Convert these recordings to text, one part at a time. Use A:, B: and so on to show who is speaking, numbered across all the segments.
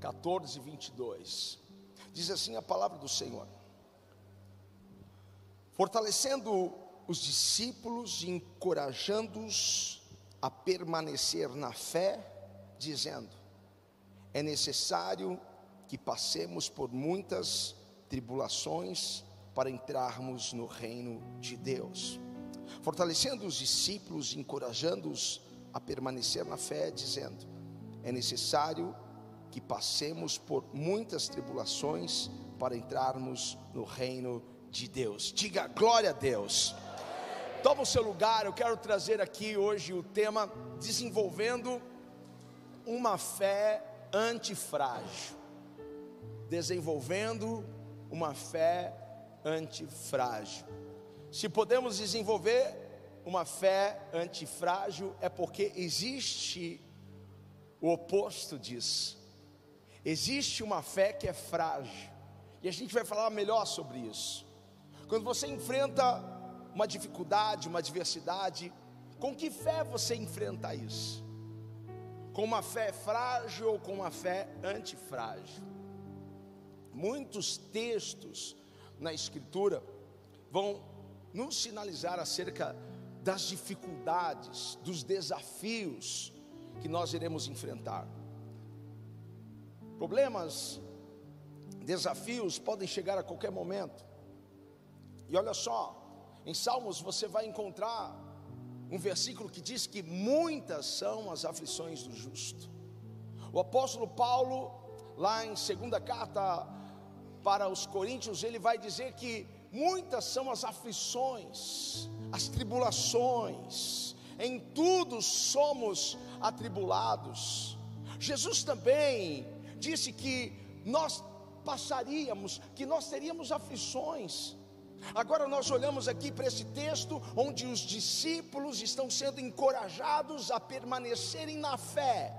A: 14, 22. Diz assim a palavra do Senhor: fortalecendo os discípulos e encorajando-os a permanecer na fé, dizendo: é necessário que passemos por muitas tribulações para entrarmos no reino de Deus. Fortalecendo os discípulos e encorajando-os a permanecer na fé, dizendo: é necessário que passemos por muitas tribulações para entrarmos no reino de Deus. Diga glória a Deus. Toma o seu lugar. Eu quero trazer aqui hoje o tema: desenvolvendo uma fé antifrágil. Desenvolvendo uma fé antifrágil. Se podemos desenvolver uma fé antifrágil, é porque existe o oposto disso. Existe uma fé que é frágil, e a gente vai falar melhor sobre isso. Quando você enfrenta uma dificuldade, uma adversidade, com que fé você enfrenta isso? Com uma fé frágil ou com uma fé antifrágil? Muitos textos na Escritura vão nos sinalizar acerca das dificuldades, dos desafios que nós iremos enfrentar. Problemas, desafios podem chegar a qualquer momento. E olha só, em Salmos você vai encontrar um versículo que diz que muitas são as aflições do justo. O apóstolo Paulo, lá em segunda carta para os Coríntios, ele vai dizer que muitas são as aflições, as tribulações, em tudo somos atribulados. Jesus também disse que nós passaríamos, que nós teríamos aflições. Agora nós olhamos aqui para esse texto, onde os discípulos estão sendo encorajados a permanecerem na fé.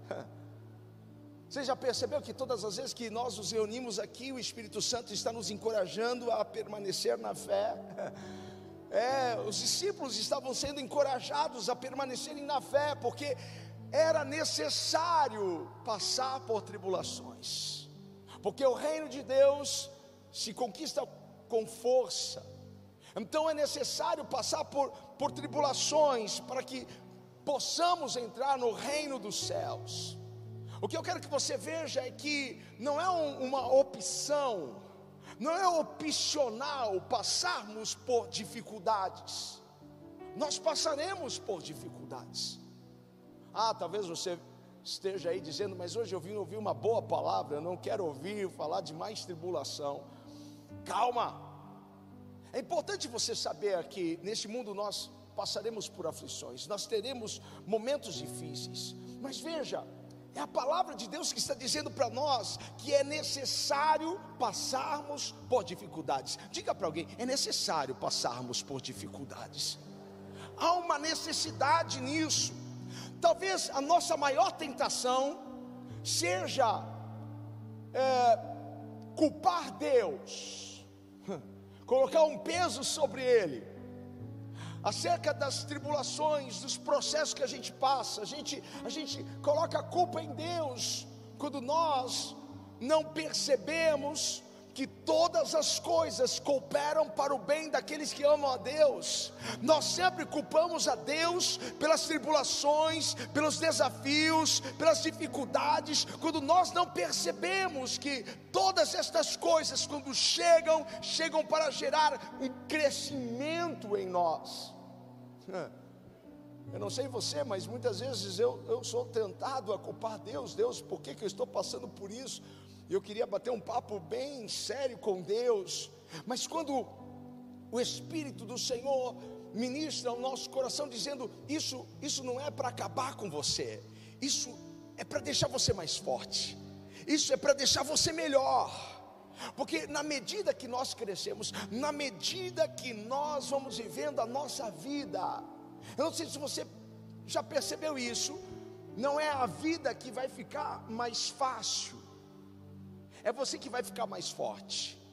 A: Você já percebeu que todas as vezes que nós nos reunimos aqui, o Espírito Santo está nos encorajando a permanecer na fé? Os discípulos estavam sendo encorajados a permanecerem na fé, porque era necessário passar por tribulações, porque o reino de Deus se conquista com força. Então é necessário passar por tribulações para que possamos entrar no reino dos céus. O que eu quero que você veja é que não é uma opção, não é opcional passarmos por dificuldades. Nós passaremos por dificuldades. Talvez você esteja aí dizendo: mas hoje eu vim ouvir uma boa palavra, eu não quero ouvir falar de mais tribulação. Calma. É importante você saber que neste mundo nós passaremos por aflições, nós teremos momentos difíceis, mas veja, é a palavra de Deus que está dizendo para nós que é necessário passarmos por dificuldades. Diga para alguém: é necessário passarmos por dificuldades. Há uma necessidade nisso. Talvez a nossa maior tentação seja culpar Deus, colocar um peso sobre Ele, acerca das tribulações, dos processos que a gente passa. A gente coloca a culpa em Deus, quando nós não percebemos que todas as coisas cooperam para o bem daqueles que amam a Deus. Nós sempre culpamos a Deus pelas tribulações, pelos desafios, pelas dificuldades, quando nós não percebemos que todas estas coisas, quando chegam para gerar um crescimento em nós. Eu não sei você, mas muitas vezes eu sou tentado a culpar Deus. Por que eu estou passando por isso? Eu queria bater um papo bem sério com Deus, mas quando o Espírito do Senhor ministra ao nosso coração dizendo: isso não é para acabar com você, isso é para deixar você mais forte, isso é para deixar você melhor. Porque na medida que nós crescemos, na medida que nós vamos vivendo a nossa vida, eu não sei se você já percebeu isso, não é a vida que vai ficar mais fácil, é você que vai ficar mais forte.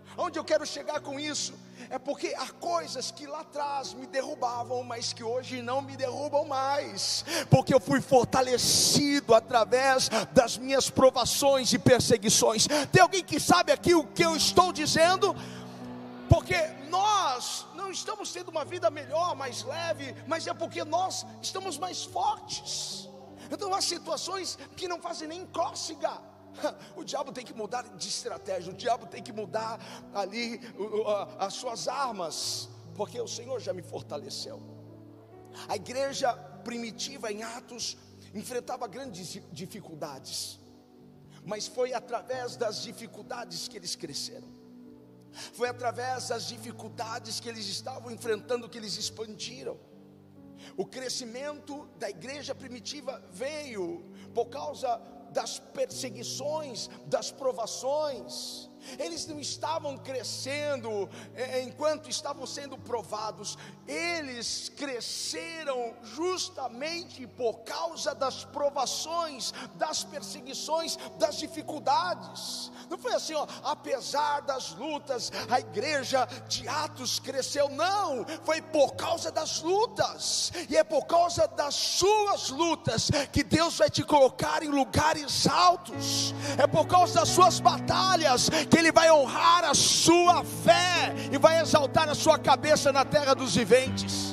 A: Onde eu quero chegar com isso? É porque há coisas que lá atrás me derrubavam, mas que hoje não me derrubam mais, porque eu fui fortalecido através das minhas provações e perseguições. Tem alguém que sabe aqui o que eu estou dizendo? Porque nós não estamos tendo uma vida melhor, mais leve, mas é porque nós estamos mais fortes. Então há situações que não fazem nem cócega. O diabo tem que mudar de estratégia, o diabo tem que mudar ali as suas armas, porque o Senhor já me fortaleceu. A igreja primitiva em Atos enfrentava grandes dificuldades, mas foi através das dificuldades que eles cresceram. Foi através das dificuldades que eles estavam enfrentando que eles expandiram. O crescimento da igreja primitiva veio por causa das perseguições, das provações. Eles não estavam crescendo enquanto estavam sendo provados. Eles cresceram justamente por causa das provações, das perseguições, das dificuldades. Não foi assim, apesar das lutas, a igreja de Atos cresceu. Não, foi por causa das lutas. E é por causa das suas lutas que Deus vai te colocar em lugares altos. É por causa das suas batalhas que Ele vai honrar a sua fé e vai exaltar a sua cabeça na terra dos viventes.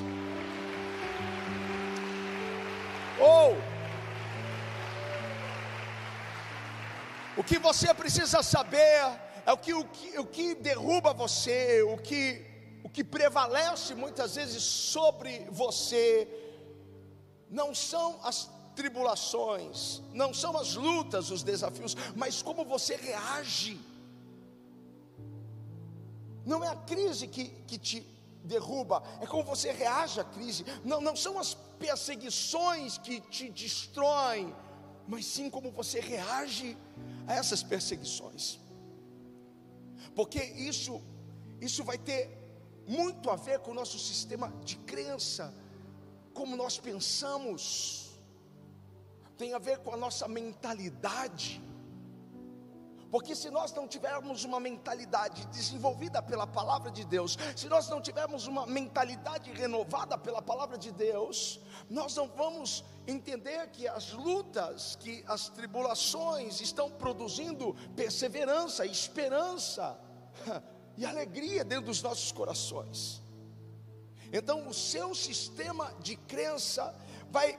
A: O que você precisa saber é o que derruba você, o que prevalece muitas vezes sobre você, não são as tribulações, não são as lutas, os desafios, mas como você reage. Não é a crise que te derruba, é como você reage à crise. Não são as perseguições que te destroem, mas sim como você reage a essas perseguições. Porque isso vai ter muito a ver com o nosso sistema de crença, como nós pensamos, tem a ver com a nossa mentalidade. Porque se nós não tivermos uma mentalidade desenvolvida pela palavra de Deus, se nós não tivermos uma mentalidade renovada pela palavra de Deus, nós não vamos entender que as lutas, que as tribulações estão produzindo perseverança, esperança e alegria dentro dos nossos corações. Então o seu sistema de crença vai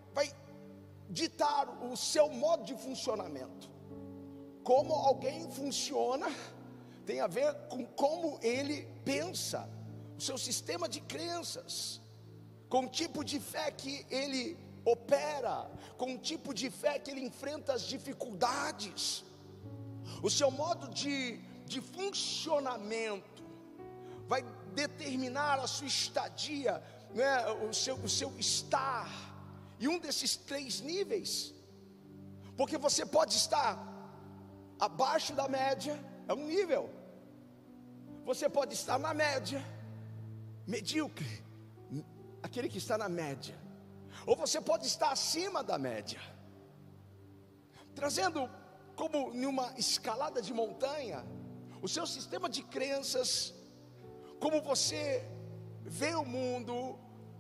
A: ditar o seu modo de funcionamento. Como alguém funciona tem a ver com como ele pensa, o seu sistema de crenças, com o tipo de fé que ele opera, com o tipo de fé que ele enfrenta as dificuldades. O seu modo de funcionamento vai determinar a sua estadia, né, o seu estar, e um desses 3 níveis, porque você pode estar abaixo da média, é um nível. Você pode estar na média, medíocre, aquele que está na média. Ou você pode estar acima da média. Trazendo como numa escalada de montanha, o seu sistema de crenças, como você vê o mundo,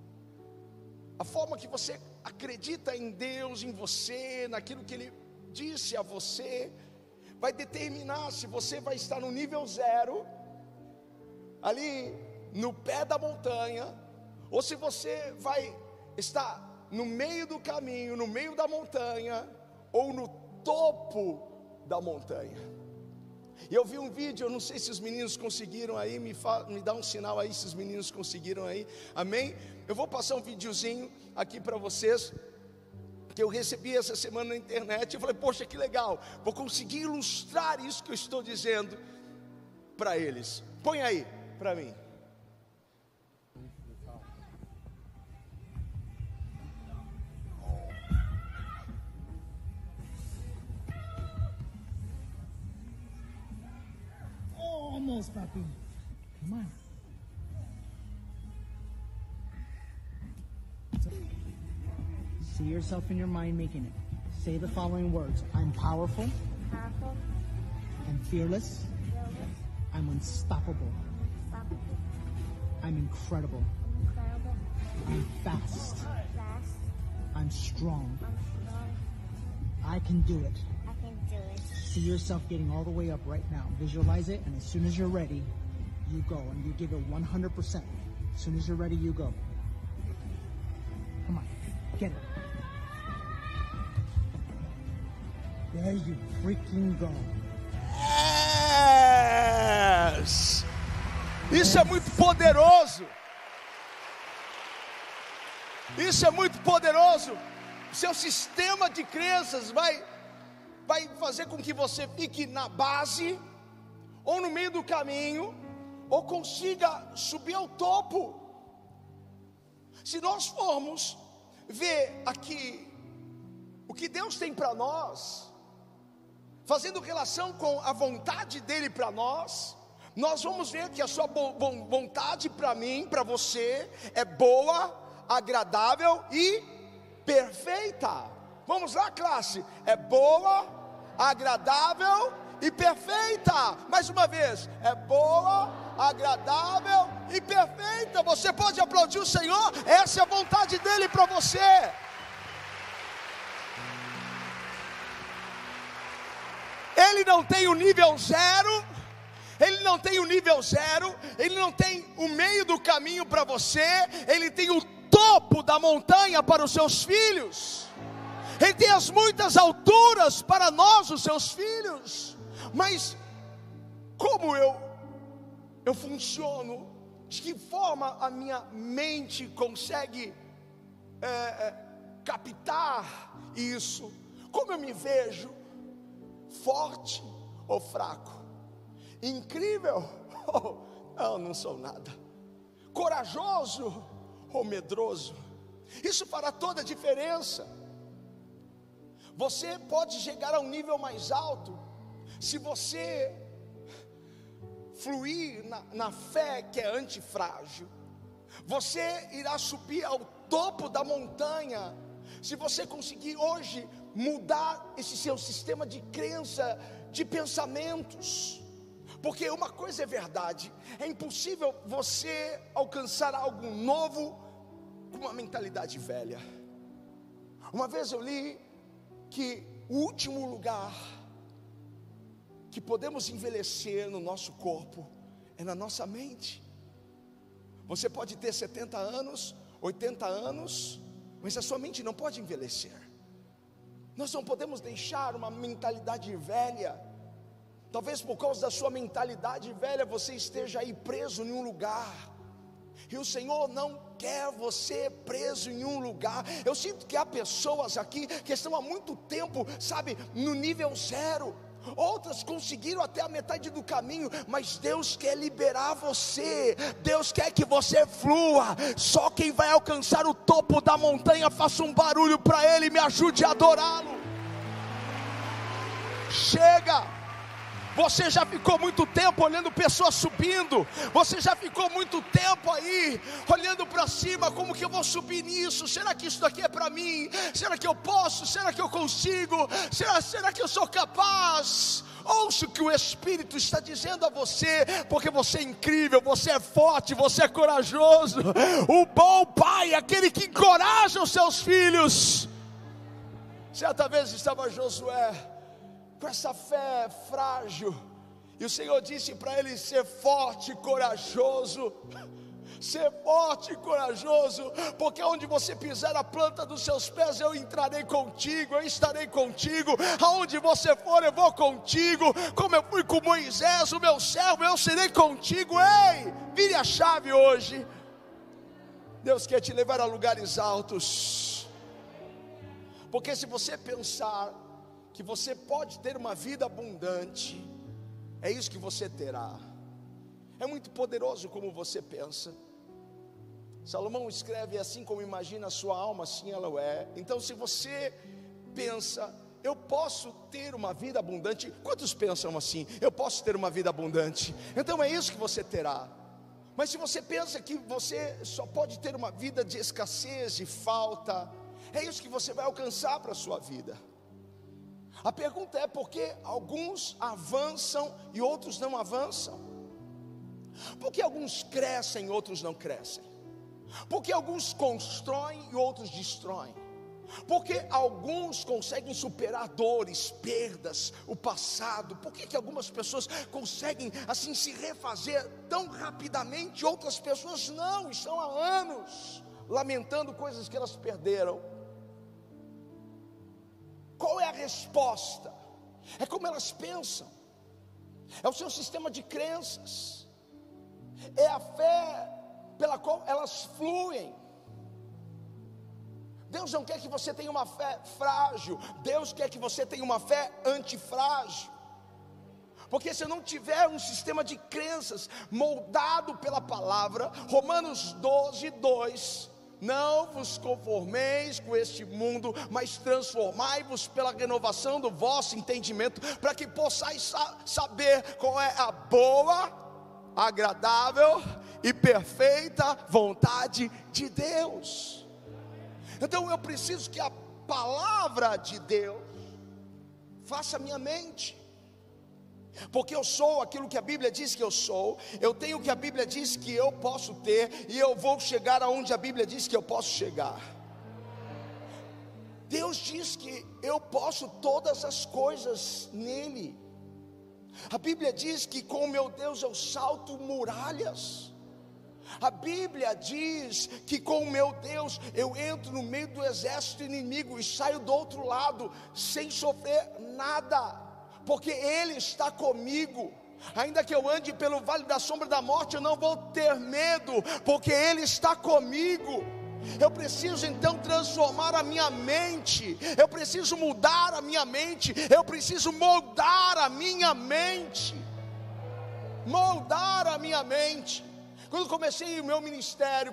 A: a forma que você acredita em Deus, em você, naquilo que Ele disse a você, vai determinar se você vai estar no nível 0, ali no pé da montanha, ou se você vai estar no meio do caminho, no meio da montanha, ou no topo da montanha. E eu vi um vídeo, eu não sei se os meninos conseguiram aí, me dá um sinal aí se os meninos conseguiram aí, amém? Eu vou passar um videozinho aqui para vocês, que eu recebi essa semana na internet. Eu falei, poxa, que legal, vou conseguir ilustrar isso que eu estou dizendo para eles. Põe aí para mim.
B: Almost, papi. Come on. See yourself in your mind making it. Say the following words. I'm powerful.
C: Powerful.
B: I'm fearless.
C: Fearless.
B: I'm unstoppable. I'm incredible. I'm fast. I'm strong. I can do it. See yourself getting all the way up right now. Visualize it, and as soon as you're ready, you go, and you give it 100%. As soon as you're ready, you go. Come on, get it. There you freaking go.
A: Yes! Isso é muito poderoso. Isso é muito poderoso. Seu sistema de crenças vai fazer com que você fique na base, ou no meio do caminho, ou consiga subir ao topo. Se nós formos ver aqui o que Deus tem para nós, fazendo relação com a vontade dele para nós, nós vamos ver que a sua vontade para mim, para você, é boa, agradável e perfeita. Vamos lá, classe. É boa, agradável e perfeita. Mais uma vez. É boa, agradável e perfeita. Você pode aplaudir o Senhor? Essa é a vontade dele para você. Ele não tem o nível 0. Ele não tem o nível 0. Ele não tem o meio do caminho para você. Ele tem o topo da montanha para os seus filhos. Ele tem as muitas alturas para nós, os seus filhos. Mas como eu funciono? De que forma a minha mente consegue captar isso? Como eu me vejo? Forte ou fraco? Incrível? Não sou nada. Corajoso ou medroso? Isso fará toda a diferença. Você pode chegar a um nível mais alto se você fluir na fé que é antifrágil. Você irá subir ao topo da montanha se você conseguir hoje mudar esse seu sistema de crença, de pensamentos. Porque uma coisa é verdade: é impossível você alcançar algo novo com uma mentalidade velha. Uma vez eu li que o último lugar que podemos envelhecer no nosso corpo é na nossa mente. Você pode ter 70 anos, 80 anos, mas a sua mente não pode envelhecer. Nós não podemos deixar uma mentalidade velha. Talvez por causa da sua mentalidade velha você esteja aí preso em um lugar, e o Senhor não quer você preso em um lugar. Eu sinto que há pessoas aqui que estão há muito tempo, sabe, no nível 0. Outras conseguiram até a metade do caminho, mas Deus quer liberar você. Deus quer que você flua. Só quem vai alcançar o topo da montanha, faça um barulho para Ele e me ajude a adorá-lo. Chega! Você já ficou muito tempo olhando pessoas subindo. Você já ficou muito tempo aí olhando para cima, como que eu vou subir nisso? Será que isso daqui é para mim? Será que eu posso? Será que eu consigo? Será que eu sou capaz? Ouça o que o Espírito está dizendo a você, porque você é incrível, você é forte, você é corajoso. O bom pai é aquele que encoraja os seus filhos. Certa vez estava Josué com essa fé frágil, e o Senhor disse para ele ser forte e corajoso. Ser forte e corajoso, porque onde você pisar a planta dos seus pés, eu entrarei contigo, eu estarei contigo. Aonde você for, eu vou contigo. Como eu fui com Moisés, o meu servo, eu serei contigo. Ei, vire a chave hoje. Deus quer te levar a lugares altos, porque se você pensar que você pode ter uma vida abundante, é isso que você terá. É muito poderoso como você pensa. Salomão escreve: assim como imagina a sua alma, assim ela é. Então, se você pensa, eu posso ter uma vida abundante. Quantos pensam assim? Eu posso ter uma vida abundante. Então é isso que você terá. Mas se você pensa que você só pode ter uma vida de escassez e falta, é isso que você vai alcançar para a sua vida. A pergunta é: por que alguns avançam e outros não avançam? Por que alguns crescem e outros não crescem? Por que alguns constroem e outros destroem? Porque alguns conseguem superar dores, perdas, o passado? Por que algumas pessoas conseguem assim se refazer tão rapidamente? Outras pessoas não, estão há anos lamentando coisas que elas perderam. Qual é a resposta? É como elas pensam, é o seu sistema de crenças, é a fé pela qual elas fluem. Deus não quer que você tenha uma fé frágil, Deus quer que você tenha uma fé antifrágil. Porque se não tiver um sistema de crenças moldado pela palavra, Romanos 12:2, não vos conformeis com este mundo, mas transformai-vos pela renovação do vosso entendimento, para que possais saber qual é a boa, agradável e perfeita vontade de Deus. Então eu preciso que a palavra de Deus faça minha mente, porque eu sou aquilo que a Bíblia diz que eu sou, eu tenho o que a Bíblia diz que eu posso ter, e eu vou chegar aonde a Bíblia diz que eu posso chegar. Deus diz que eu posso todas as coisas nele. A Bíblia diz que com o meu Deus eu salto muralhas. A Bíblia diz que com o meu Deus eu entro no meio do exército inimigo e saio do outro lado sem sofrer nada, porque Ele está comigo. Ainda que eu ande pelo vale da sombra da morte, eu não vou ter medo, porque Ele está comigo. Eu preciso então transformar a minha mente, eu preciso mudar a minha mente, eu preciso moldar a minha mente. Moldar a minha mente. Quando eu comecei o meu ministério,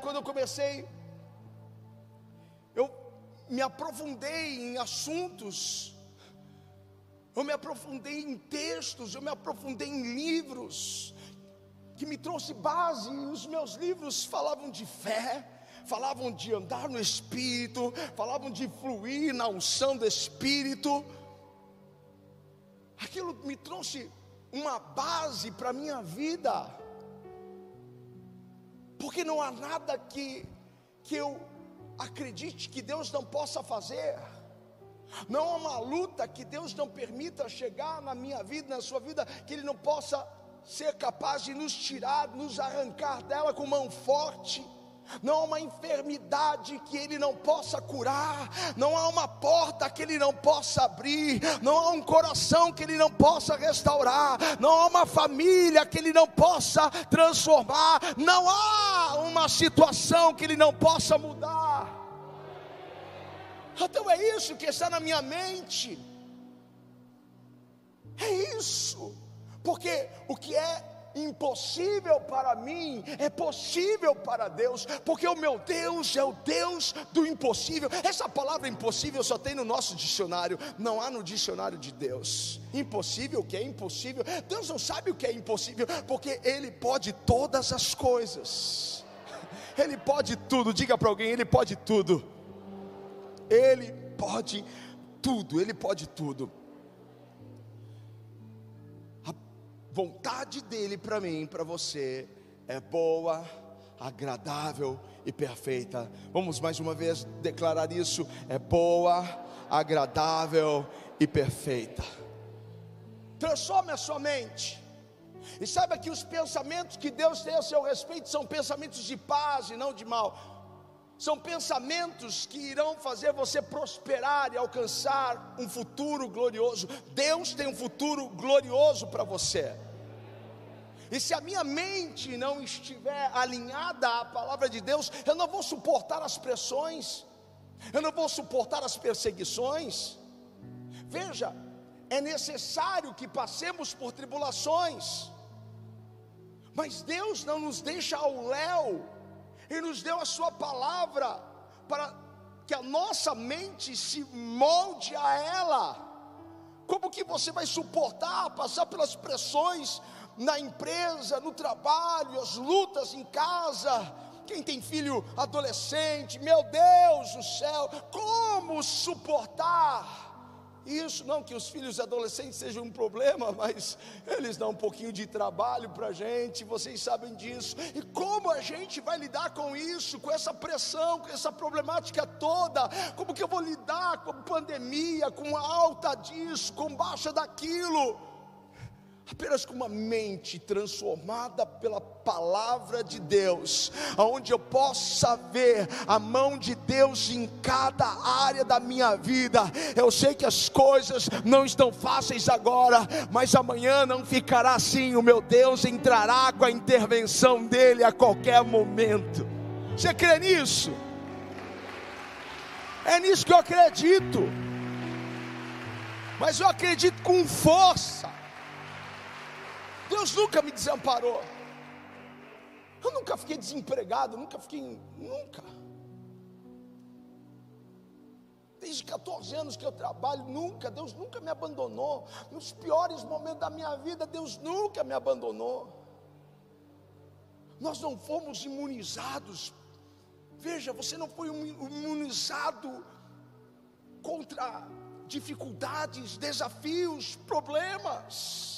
A: eu me aprofundei em assuntos, eu me aprofundei em textos, eu me aprofundei em livros, que me trouxe base. E os meus livros falavam de fé, falavam de andar no Espírito, falavam de fluir na unção do Espírito. Aquilo me trouxe uma base para a minha vida. Porque não há nada que eu acredite que Deus não possa fazer. Não há uma luta que Deus não permita chegar na minha vida, na sua vida, que Ele não possa ser capaz de nos tirar, nos arrancar dela com mão forte. Não há uma enfermidade que Ele não possa curar, não há uma porta que Ele não possa abrir, não há um coração que Ele não possa restaurar, não há uma família que Ele não possa transformar, não há uma situação que Ele não possa mudar. Então é isso que está na minha mente, é isso, porque o que é impossível para mim é possível para Deus, porque o meu Deus é o Deus do impossível. Essa palavra impossível só tem no nosso dicionário, não há no dicionário de Deus. Impossível, o que é impossível? Deus não sabe o que é impossível, porque Ele pode todas as coisas, Ele pode tudo. Diga para alguém: Ele pode tudo, Ele pode tudo, Ele pode tudo. Vontade dele para mim, para você, é boa, agradável e perfeita. Vamos mais uma vez declarar isso: é boa, agradável e perfeita. Transforme a sua mente, e saiba que os pensamentos que Deus tem a seu respeito são pensamentos de paz e não de mal. São pensamentos que irão fazer você prosperar e alcançar um futuro glorioso. Deus tem um futuro glorioso para você. E se a minha mente não estiver alinhada à palavra de Deus, eu não vou suportar as pressões, eu não vou suportar as perseguições. Veja, é necessário que passemos por tribulações, mas Deus não nos deixa ao léu, e nos deu a sua palavra para que a nossa mente se molde a ela. Como que você vai suportar passar pelas pressões na empresa, no trabalho, as lutas em casa? Quem tem filho adolescente, meu Deus do céu, como suportar Isso não que os filhos adolescentes sejam um problema, mas eles dão um pouquinho de trabalho para a gente, vocês sabem disso. E como a gente vai lidar com isso, com essa pressão, com essa problemática toda? Como que eu vou lidar com a pandemia, com a alta disso, com baixa daquilo? Apenas com uma mente transformada pela palavra de Deus, onde eu possa ver a mão de Deus em cada área da minha vida. Eu sei que as coisas não estão fáceis agora, mas amanhã não ficará assim. O meu Deus entrará com a intervenção dele a qualquer momento. Você crê nisso? É nisso que eu acredito, mas eu acredito com força. Deus nunca me desamparou. Eu nunca fiquei desempregado, nunca. Desde 14 anos que eu trabalho, Deus nunca me abandonou. Nos piores momentos da minha vida, Deus nunca me abandonou. Nós não fomos imunizados. Veja, você não foi imunizado contra dificuldades, desafios, problemas.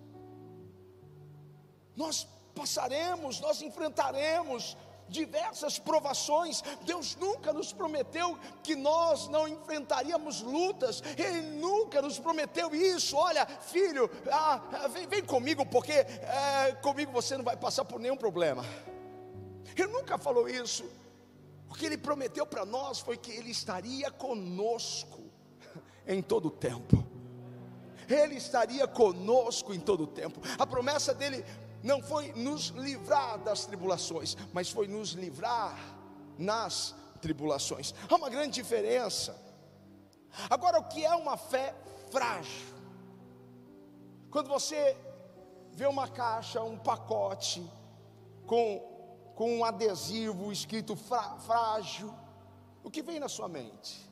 A: Nós passaremos, nós enfrentaremos diversas provações. Deus nunca nos prometeu que nós não enfrentaríamos lutas. Ele nunca nos prometeu isso. Olha, filho, vem comigo, porque comigo você não vai passar por nenhum problema. Ele nunca falou isso. O que Ele prometeu para nós foi que Ele estaria conosco em todo o tempo. Ele estaria conosco em todo o tempo. A promessa dele não foi nos livrar das tribulações, mas foi nos livrar nas tribulações. Há uma grande diferença. Agora, o que é uma fé frágil? Quando você vê uma caixa, um pacote com um adesivo escrito frágil, o que vem na sua mente?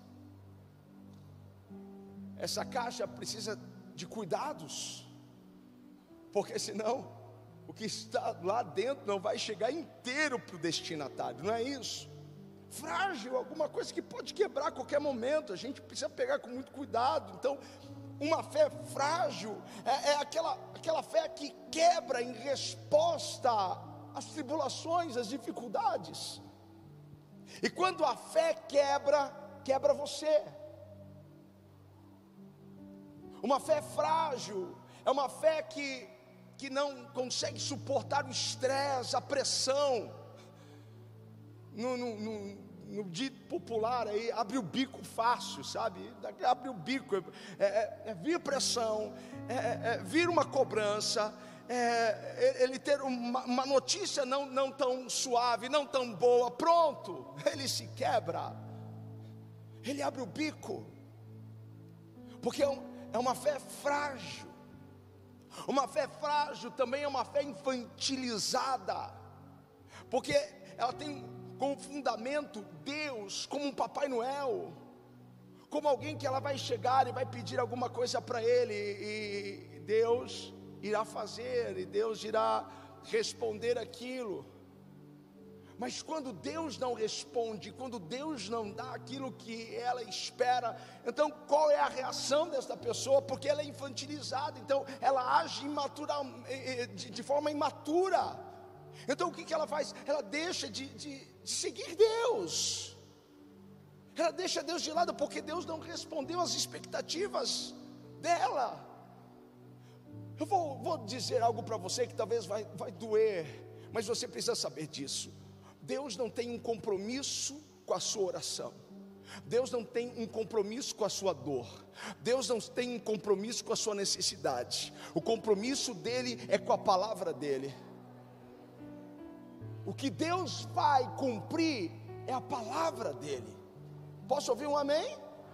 A: Essa caixa precisa de cuidados, porque senão o que está lá dentro não vai chegar inteiro para o destinatário, não é isso? Frágil, alguma coisa que pode quebrar a qualquer momento, a gente precisa pegar com muito cuidado. Então, uma fé frágil é aquela fé que quebra em resposta às tribulações, às dificuldades. E quando a fé quebra você. Uma fé frágil é uma fé que não consegue suportar o estresse, a pressão. No dito popular aí, abre o bico fácil, sabe? Abre o bico, vir pressão, vir uma cobrança, ele ter uma notícia não tão suave, não tão boa, pronto, ele se quebra, ele abre o bico, porque é uma fé frágil. Uma fé frágil também é uma fé infantilizada, porque ela tem como fundamento Deus como um Papai Noel, como alguém que ela vai chegar e vai pedir alguma coisa para Ele, e Deus irá fazer, e Deus irá responder aquilo. Mas quando Deus não responde, quando Deus não dá aquilo que ela espera, então qual é a reação desta pessoa? Porque ela é infantilizada, então ela age de forma imatura. Então o que ela faz? Ela deixa de seguir Deus, ela deixa Deus de lado, porque Deus não respondeu às expectativas dela. Eu vou dizer algo para você que talvez vai doer, mas você precisa saber disso. Deus não tem um compromisso com a sua oração. Deus não tem um compromisso com a sua dor. Deus não tem um compromisso com a sua necessidade. O compromisso dele é com a palavra dele. O que Deus vai cumprir é a palavra dele. Posso ouvir um amém?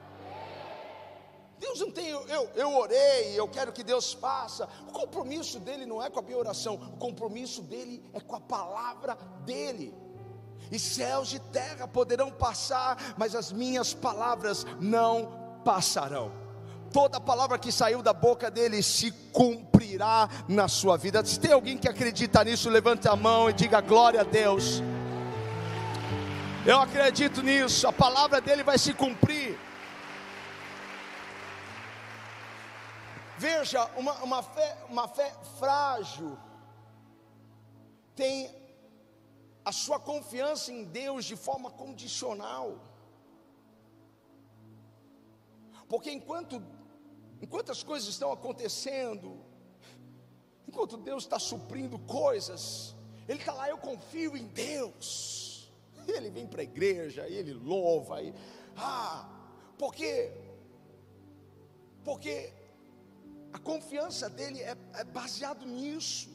A: Deus não tem, eu orei, eu quero que Deus faça. O compromisso dele não é com a minha oração. O compromisso dele é com a palavra dele. E céus e terra poderão passar, mas as minhas palavras não passarão. Toda palavra que saiu da boca dele se cumprirá na sua vida. Se tem alguém que acredita nisso, levante a mão e diga glória a Deus. Eu acredito nisso, a palavra dele vai se cumprir. Veja, uma fé frágil tem a sua confiança em Deus de forma condicional. Porque enquanto as coisas estão acontecendo, enquanto Deus está suprindo coisas, ele está lá, eu confio em Deus. Ele vem para a igreja, ele louva, porque a confiança dele é baseado nisso,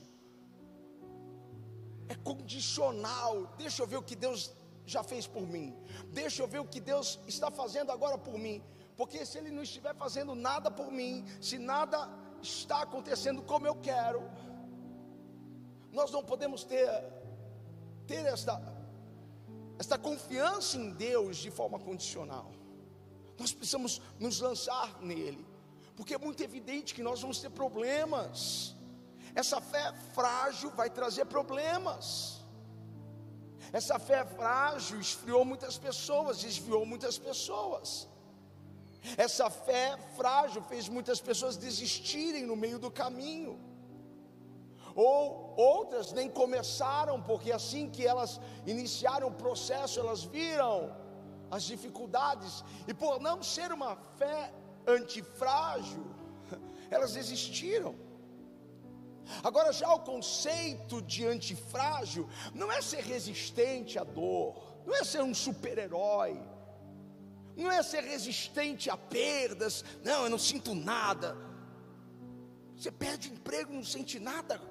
A: é condicional. Deixa eu ver o que Deus já fez por mim, deixa eu ver o que Deus está fazendo agora por mim, porque se Ele não estiver fazendo nada por mim, se nada está acontecendo como eu quero, nós não podemos ter esta confiança em Deus de forma condicional. Nós precisamos nos lançar nele, porque é muito evidente que nós vamos ter problemas. Essa fé frágil vai trazer problemas. Essa fé frágil esfriou muitas pessoas, desviou muitas pessoas. Essa fé frágil fez muitas pessoas desistirem no meio do caminho, ou outras nem começaram, porque assim que elas iniciaram o processo, elas viram as dificuldades, e por não ser uma fé antifrágil, elas desistiram. Agora, já o conceito de antifrágil não é ser resistente à dor, não é ser um super-herói, não é ser resistente a perdas. Não, eu não sinto nada. Você perde o emprego, não sente nada.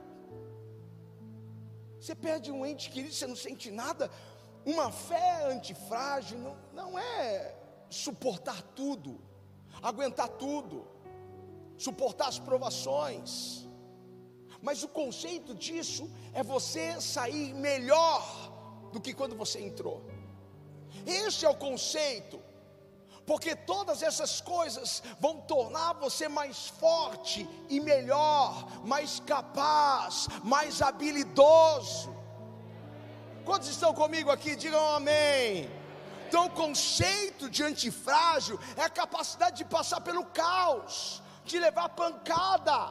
A: Você perde um ente querido, você não sente nada. Uma fé antifrágil não é suportar tudo, aguentar tudo, suportar as provações. Mas o conceito disso é você sair melhor do que quando você entrou. Esse é o conceito, porque todas essas coisas vão tornar você mais forte e melhor, mais capaz, mais habilidoso. Quantos estão comigo aqui? Digam amém. Então o conceito de antifrágil é a capacidade de passar pelo caos, de levar pancada,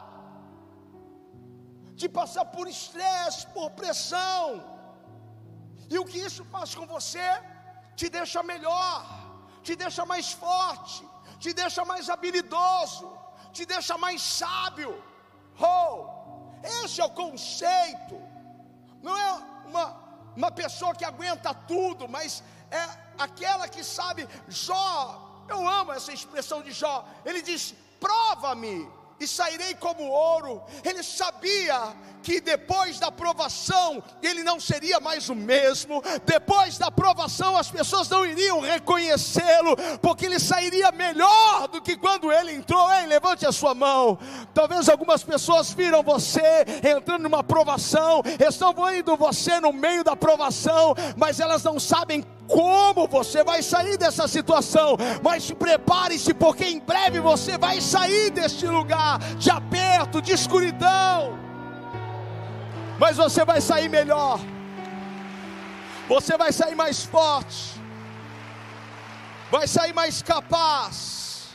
A: de passar por estresse, por pressão. E o que isso faz com você? Te deixa melhor, te deixa mais forte, te deixa mais habilidoso, te deixa mais sábio. Esse é o conceito. Não é uma pessoa que aguenta tudo, mas é aquela que sabe. Jó, eu amo essa expressão de Jó. Ele diz: prova-me e sairei como ouro. Ele sabia que depois da provação ele não seria mais o mesmo. Depois da provação as pessoas não iriam reconhecê-lo, porque ele sairia melhor do que quando ele entrou. Ei, levante a sua mão. Talvez algumas pessoas viram você entrando numa provação, estão vendo você no meio da provação, mas elas não sabem como você vai sair dessa situação. Mas prepare-se, porque em breve você vai sair deste lugar de aperto, de escuridão. Mas você vai sair melhor, você vai sair mais forte, vai sair mais capaz.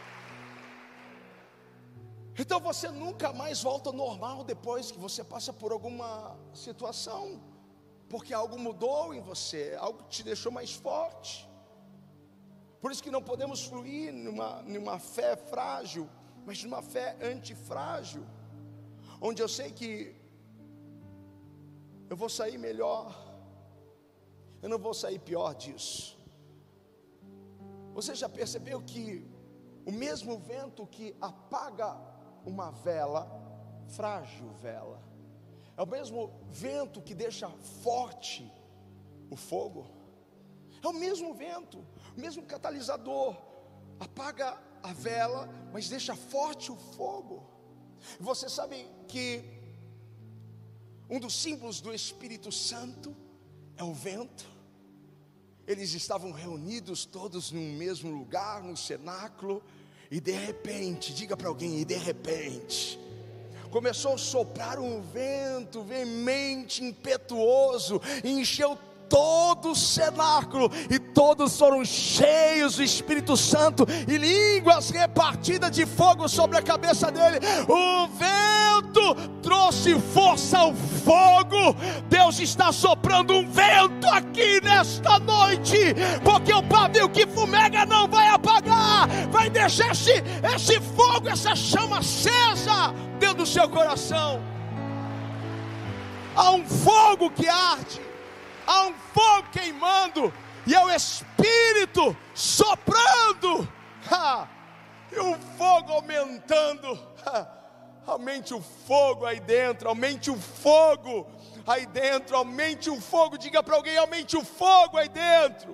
A: Então você nunca mais volta ao normal depois que você passa por alguma situação, porque algo mudou em você, algo te deixou mais forte. Por isso que não podemos fluir numa fé frágil, mas numa fé antifrágil, onde eu sei que eu vou sair melhor, eu não vou sair pior disso. Você já percebeu que o mesmo vento que apaga uma vela, frágil vela, é o mesmo vento que deixa forte o fogo? É o mesmo vento, o mesmo catalisador, apaga a vela, mas deixa forte o fogo. Você sabe que um dos símbolos do Espírito Santo é o vento. Eles estavam reunidos todos no mesmo lugar, no cenáculo, e de repente, diga para alguém, e de repente começou a soprar um vento veemente, impetuoso, e encheu todo o cenáculo, e todos foram cheios do Espírito Santo, e línguas repartidas de fogo sobre a cabeça dele. O vento trouxe força ao fogo. Deus está soprando um vento aqui nesta noite, porque o pavio que fumega não vai apagar, vai deixar esse fogo, essa chama acesa dentro do seu coração. Há um fogo que arde, há um fogo queimando, e é o Espírito soprando, e o fogo aumentando. Aumente o fogo aí dentro, aumente o fogo aí dentro, aumente o fogo. Diga para alguém: aumente o fogo aí dentro.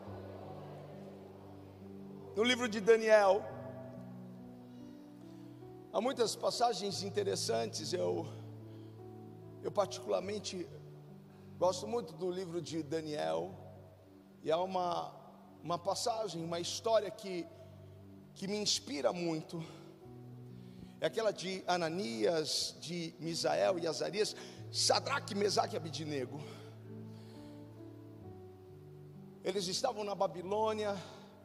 A: No livro de Daniel, há muitas passagens interessantes. Eu particularmente gosto muito do livro de Daniel, e há uma passagem, uma história que me inspira muito. É aquela de Ananias, de Misael e Azarias, Sadraque, Mesaque e Abidnego. Eles estavam na Babilônia,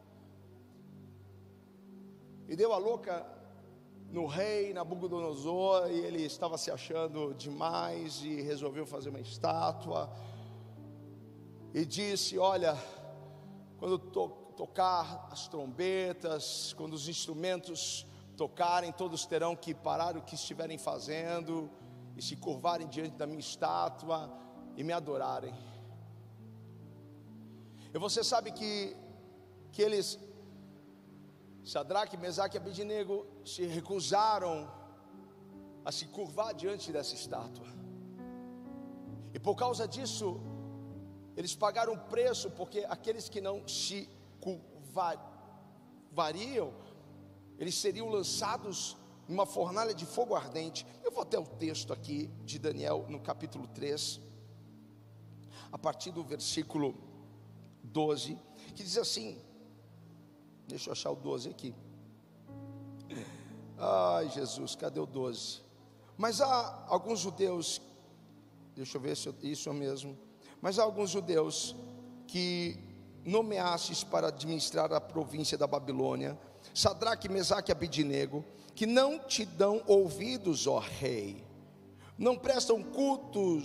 A: e deu a louca no rei Nabucodonosor, e ele estava se achando demais, e resolveu fazer uma estátua, e disse: olha, quando tocar as trombetas, quando os instrumentos tocarem, todos terão que parar o que estiverem fazendo e se curvarem diante da minha estátua e me adorarem. E você sabe que eles, Sadraque, Mesaque e Abidnego, se recusaram a se curvar diante dessa estátua, e por causa disso eles pagaram o preço, porque aqueles que não se curvariam, eles seriam lançados em uma fornalha de fogo ardente. Eu vou até o texto aqui de Daniel, no capítulo 3, a partir do versículo 12, que diz assim, deixa eu achar o 12 aqui. Ai Jesus, cadê o 12? Mas há alguns judeus, deixa eu ver se isso é mesmo. Mas há alguns judeus que nomeastes para administrar a província da Babilônia, Sadraque, Mesaque e Abidnego, que não te dão ouvidos, ó rei, não prestam culto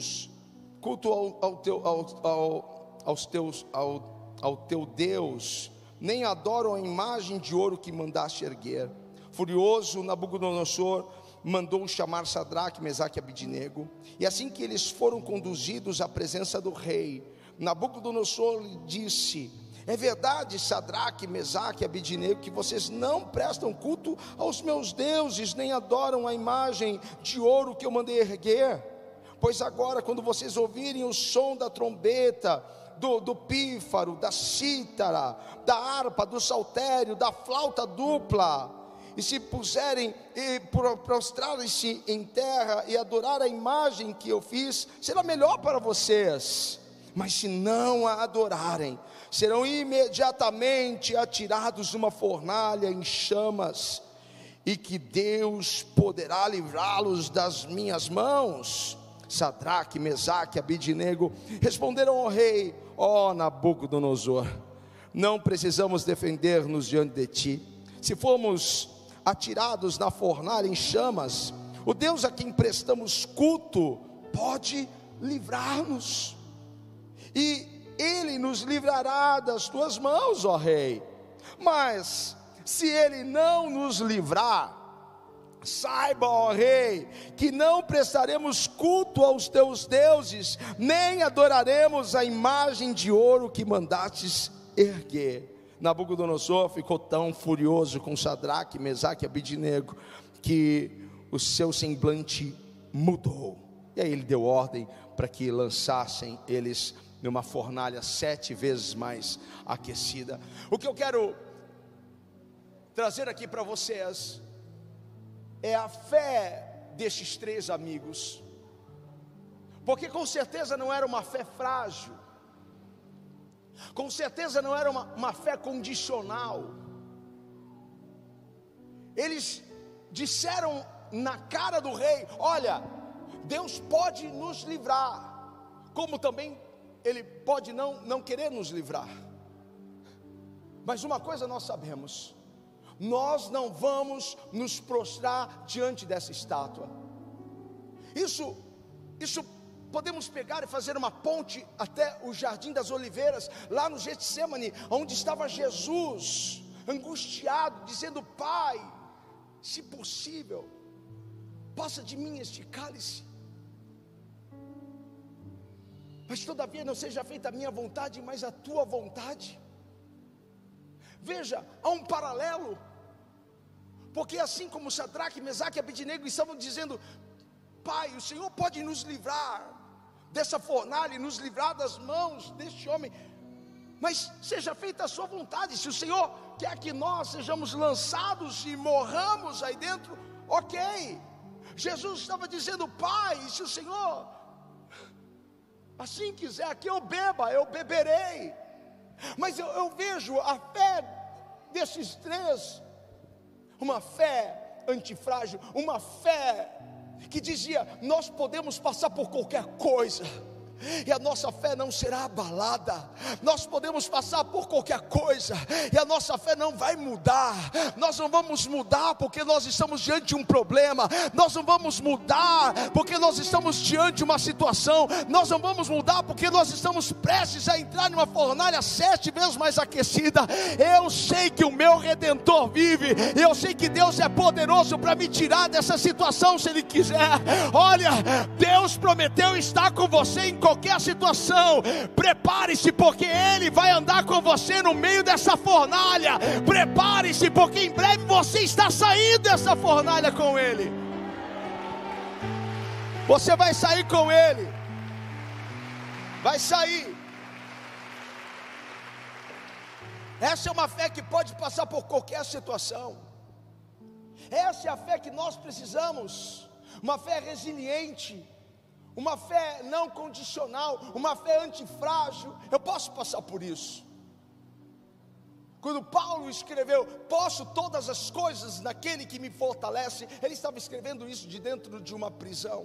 A: ao teu Deus, nem adoram a imagem de ouro que mandaste erguer. Furioso, Nabucodonosor mandou chamar Sadraque, Mesaque e Abidnego, e assim que eles foram conduzidos à presença do rei, Nabucodonosor lhe disse: é verdade, Sadraque, Mesaque e Abidnego, que vocês não prestam culto aos meus deuses, nem adoram a imagem de ouro que eu mandei erguer? Pois agora, quando vocês ouvirem o som da trombeta, do pífaro, da cítara, da harpa, do saltério, da flauta dupla, e se puserem e prostrarem-se em terra e adorar a imagem que eu fiz, será melhor para vocês. Mas se não a adorarem, serão imediatamente atirados numa fornalha em chamas, e que Deus poderá livrá-los das minhas mãos. Sadraque, Mesaque e Abidnego responderam ao rei: ó Nabucodonosor, não precisamos defender-nos diante de ti. Se formos atirados na fornalha em chamas, o Deus a quem prestamos culto pode livrar-nos, e Ele nos livrará das tuas mãos, ó rei. Mas se Ele não nos livrar, saiba, ó rei, que não prestaremos culto aos teus deuses, nem adoraremos a imagem de ouro que mandastes erguer. Nabucodonosor ficou tão furioso com Sadraque, Mesaque e Abidnego, que o seu semblante mudou, e aí ele deu ordem para que lançassem eles numa fornalha 7 vezes mais aquecida. O que eu quero trazer aqui para vocês é a fé destes 3 amigos, porque com certeza não era uma fé frágil, com certeza não era uma fé condicional. Eles disseram na cara do rei: olha, Deus pode nos livrar, como também Ele pode não querer nos livrar. Mas uma coisa nós sabemos: nós não vamos nos prostrar diante dessa estátua. Isso podemos pegar e fazer uma ponte até o Jardim das Oliveiras, lá no Getsemane, onde estava Jesus, angustiado, dizendo: Pai, se possível, passa de mim este cálice, mas todavia não seja feita a minha vontade, mas a tua vontade. Veja, há um paralelo, porque assim como Sadraque, Mesaque e Abednego estavam dizendo: Pai, o Senhor pode nos livrar dessa fornalha, nos livrar das mãos deste homem, mas seja feita a sua vontade. Se o Senhor quer que nós sejamos lançados e morramos aí dentro, ok. Jesus estava dizendo: Pai, se o Senhor assim quiser que eu beba, eu beberei. Mas eu vejo a fé desses três, uma fé antifrágil, uma fé que dizia: nós podemos passar por qualquer coisa, e a nossa fé não será abalada. Nós podemos passar por qualquer coisa, e a nossa fé não vai mudar. Nós não vamos mudar porque nós estamos diante de um problema. Nós não vamos mudar porque nós estamos diante de uma situação. Nós não vamos mudar porque nós estamos prestes a entrar numa fornalha 7 vezes mais aquecida. Eu sei que o meu Redentor vive, e eu sei que Deus é poderoso para me tirar dessa situação, se Ele quiser. Olha, Deus prometeu estar com você em qualquer situação. Prepare-se, porque Ele vai andar com você no meio dessa fornalha. Prepare-se, porque em breve você está saindo dessa fornalha com Ele. Você vai sair com Ele. Vai sair. Essa é uma fé que pode passar por qualquer situação. Essa é a fé que nós precisamos. Uma fé resiliente, uma fé não condicional, uma fé antifrágil. Eu posso passar por isso. Quando Paulo escreveu: posso todas as coisas naquele que me fortalece, ele estava escrevendo isso de dentro de uma prisão.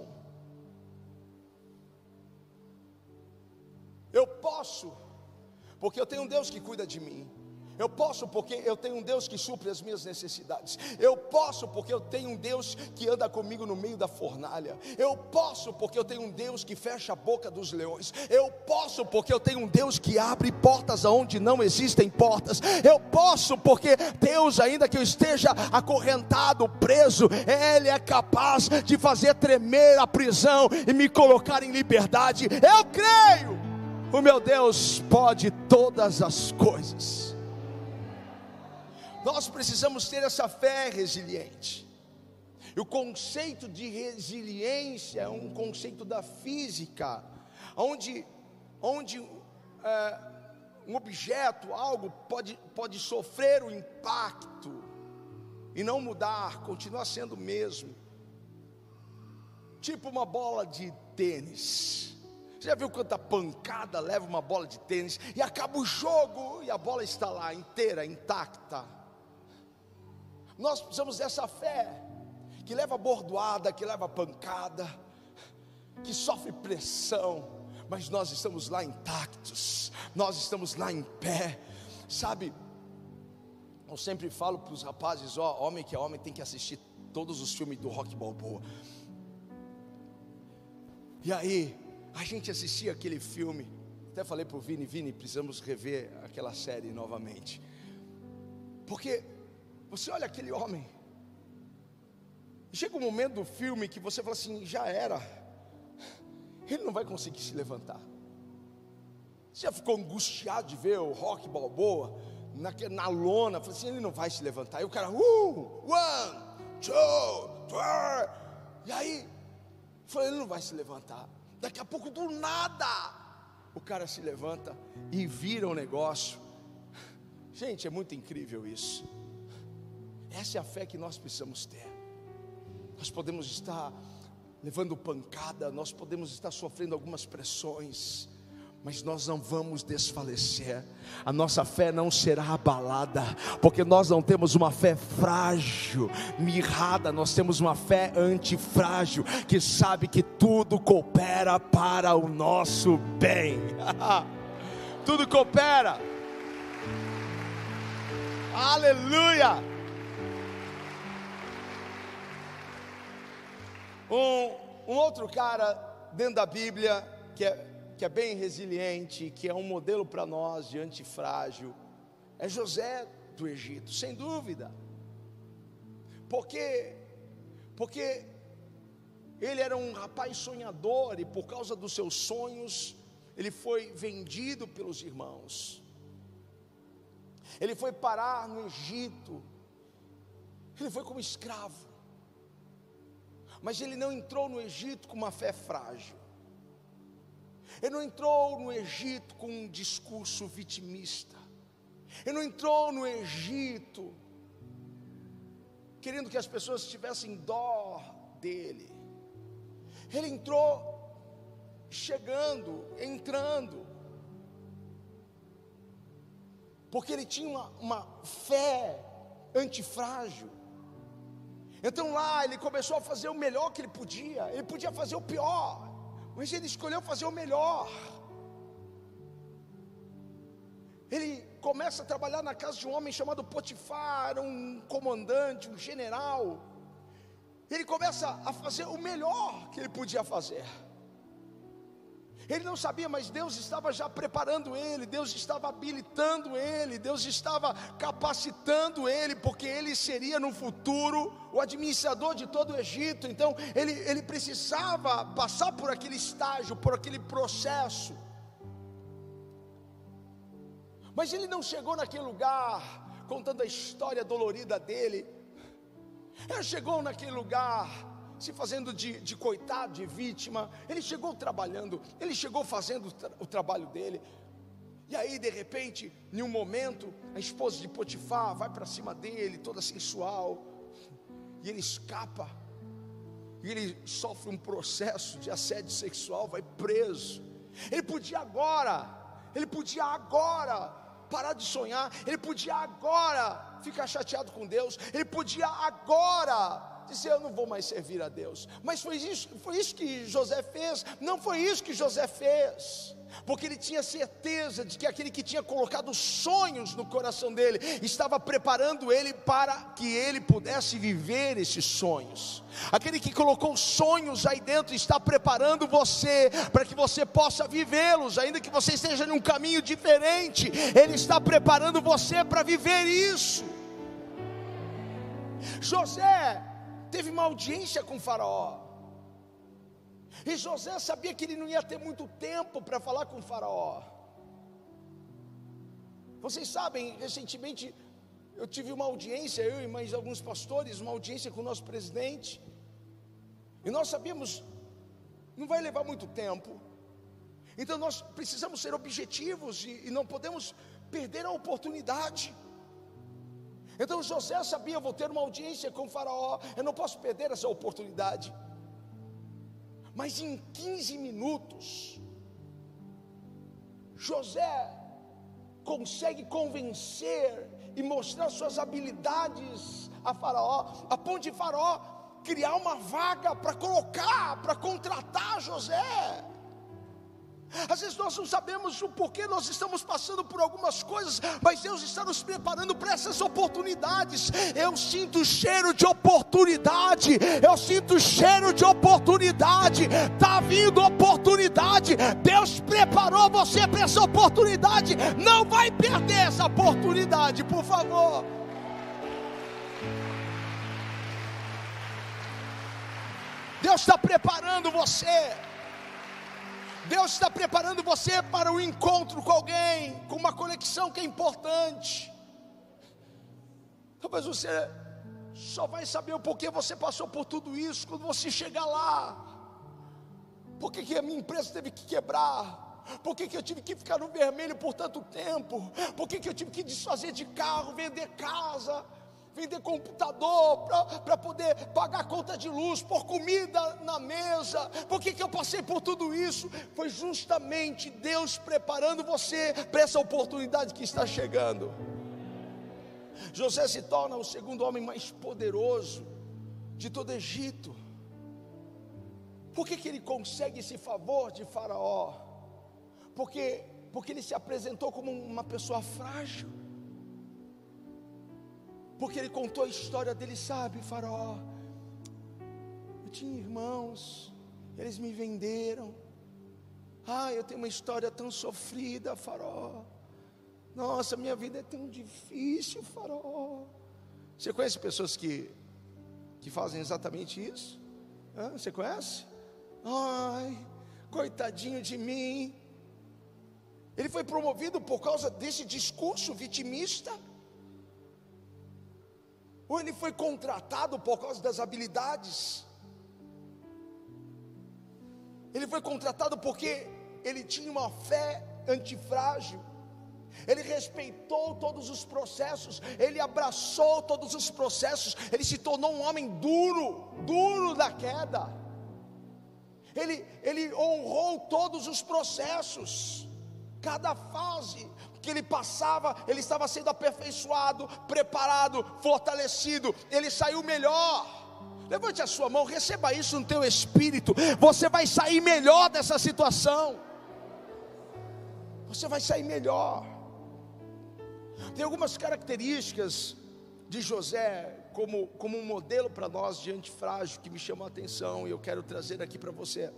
A: Eu posso, porque eu tenho um Deus que cuida de mim. Eu posso porque eu tenho um Deus que supre as minhas necessidades. Eu posso porque eu tenho um Deus que anda comigo no meio da fornalha. Eu posso porque eu tenho um Deus que fecha a boca dos leões. Eu posso porque eu tenho um Deus que abre portas aonde não existem portas. Eu posso porque Deus, ainda que eu esteja acorrentado, preso, Ele é capaz de fazer tremer a prisão e me colocar em liberdade. Eu creio, o meu Deus pode todas as coisas. Nós precisamos ter essa fé resiliente. E o conceito de resiliência é um conceito da física, onde um objeto, algo pode sofrer o impacto e não mudar, continuar sendo o mesmo. Tipo uma bola de tênis. Você já viu quanta pancada leva uma bola de tênis e acaba o jogo e a bola está lá inteira, intacta? Nós precisamos dessa fé que leva bordoada, que leva pancada, que sofre pressão, mas nós estamos lá intactos, nós estamos lá em pé. Sabe, eu sempre falo para os rapazes: ó, homem que é homem tem que assistir todos os filmes do Rocky Balboa. E aí a gente assistia aquele filme. Até falei para o Vini, precisamos rever aquela série novamente, porque você olha aquele homem, chega um momento do filme que você fala assim: já era, ele não vai conseguir se levantar. Você já ficou angustiado de ver o Rocky Balboa na lona? Fala assim: ele não vai se levantar. E o cara, 1, 2, 3, e aí, falei: ele não vai se levantar. Daqui a pouco, do nada, o cara se levanta e vira um negócio. Gente, é muito incrível isso. Essa é a fé que nós precisamos ter. Nós podemos estar levando pancada, nós podemos estar sofrendo algumas pressões, mas nós não vamos desfalecer, a nossa fé não será abalada, porque nós não temos uma fé frágil, mirrada, nós temos uma fé antifrágil, que sabe que tudo coopera para o nosso bem. Tudo coopera. Aleluia. Um outro cara dentro da Bíblia que é bem resiliente, que é um modelo para nós de antifrágil, é José do Egito, sem dúvida. Porque ele era um rapaz sonhador, e por causa dos seus sonhos ele foi vendido pelos irmãos. Ele foi parar no Egito. Ele foi como escravo. Mas ele não entrou no Egito com uma fé frágil. Ele não entrou no Egito com um discurso vitimista. Ele não entrou no Egito querendo que as pessoas tivessem dó dele. Ele entrou entrando, porque ele tinha uma fé antifrágil. Então lá ele começou a fazer o melhor que ele podia fazer o pior, mas ele escolheu fazer o melhor. Ele começa a trabalhar na casa de um homem chamado Potifar, um comandante, um general. Ele começa a fazer o melhor que ele podia fazer. Ele não sabia, mas Deus estava já preparando ele, Deus estava habilitando ele, Deus estava capacitando ele, porque ele seria no futuro o administrador de todo o Egito. Então ele precisava passar por aquele estágio, por aquele processo. Mas ele não chegou naquele lugar contando a história dolorida dele. Ele chegou naquele lugar se fazendo de coitado, de vítima. Ele chegou trabalhando, ele chegou fazendo o trabalho dele. E aí de repente, em um momento, a esposa de Potifar vai para cima dele, toda sensual, e ele escapa, e ele sofre um processo de assédio sexual, vai preso. Ele podia agora parar de sonhar, ele podia agora ficar chateado com Deus, ele podia agora dizer: eu não vou mais servir a Deus. Mas foi isso que José fez. Não foi isso que José fez, porque ele tinha certeza de que aquele que tinha colocado sonhos no coração dele estava preparando ele para que ele pudesse viver esses sonhos. Aquele que colocou sonhos aí dentro está preparando você para que você possa vivê-los, ainda que você esteja num caminho diferente. Ele está preparando você para viver isso. José teve uma audiência com Faraó, e José sabia que ele não ia ter muito tempo para falar com Faraó. Vocês sabem, recentemente eu tive uma audiência, eu e mais alguns pastores, uma audiência com o nosso presidente, e nós sabíamos, não vai levar muito tempo, então nós precisamos ser objetivos e não podemos perder a oportunidade. Então José sabia: eu vou ter uma audiência com o Faraó, eu não posso perder essa oportunidade. Mas em 15 minutos, José consegue convencer e mostrar suas habilidades a Faraó, a ponto de Faraó criar uma vaga para contratar José. Às vezes nós não sabemos o porquê nós estamos passando por algumas coisas, mas Deus está nos preparando para essas oportunidades. Eu sinto cheiro de oportunidade, está vindo oportunidade. Deus preparou você para essa oportunidade, não vai perder essa oportunidade, por favor. Deus está preparando você. Deus está preparando você para um encontro com alguém, com uma conexão que é importante. Talvez você só vai saber o porquê você passou por tudo isso quando você chegar lá. Por que a minha empresa teve que quebrar? Por que eu tive que ficar no vermelho por tanto tempo? Por que eu tive que desfazer de carro, vender casa, vender computador para poder pagar a conta de luz, pôr comida na mesa. Por que eu passei por tudo isso? Foi justamente Deus preparando você para essa oportunidade que está chegando. José se torna o segundo homem mais poderoso de todo o Egito. Por que ele consegue esse favor de Faraó? Porque ele se apresentou como uma pessoa frágil. Porque ele contou a história dele, sabe, Faraó, eu tinha irmãos, eles me venderam. Eu tenho uma história tão sofrida, Faraó. Nossa, minha vida é tão difícil, Faraó. Você conhece pessoas que fazem exatamente isso? Você conhece? Coitadinho de mim. Ele foi promovido por causa desse discurso vitimista? Ou ele foi contratado por causa das habilidades? Ele foi contratado porque ele tinha uma fé antifrágil. Ele respeitou todos os processos, ele abraçou todos os processos, ele se tornou um homem duro da queda. Ele honrou todos os processos. Cada fase que ele passava, ele estava sendo aperfeiçoado, preparado, fortalecido. Ele saiu melhor. Levante a sua mão, receba isso no teu espírito. Você vai sair melhor dessa situação. Você vai sair melhor. Tem algumas características de José como um modelo para nós de antifrágil que me chamam a atenção e eu quero trazer aqui para você.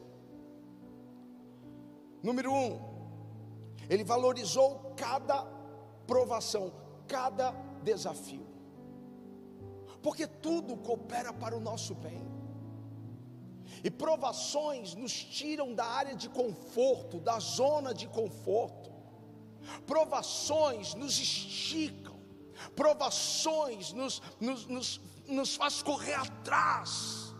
A: Número 1, ele valorizou cada provação, cada desafio, porque tudo coopera para o nosso bem. E provações nos tiram da área de conforto, da zona de conforto. Provações nos esticam, provações nos faz correr atrás.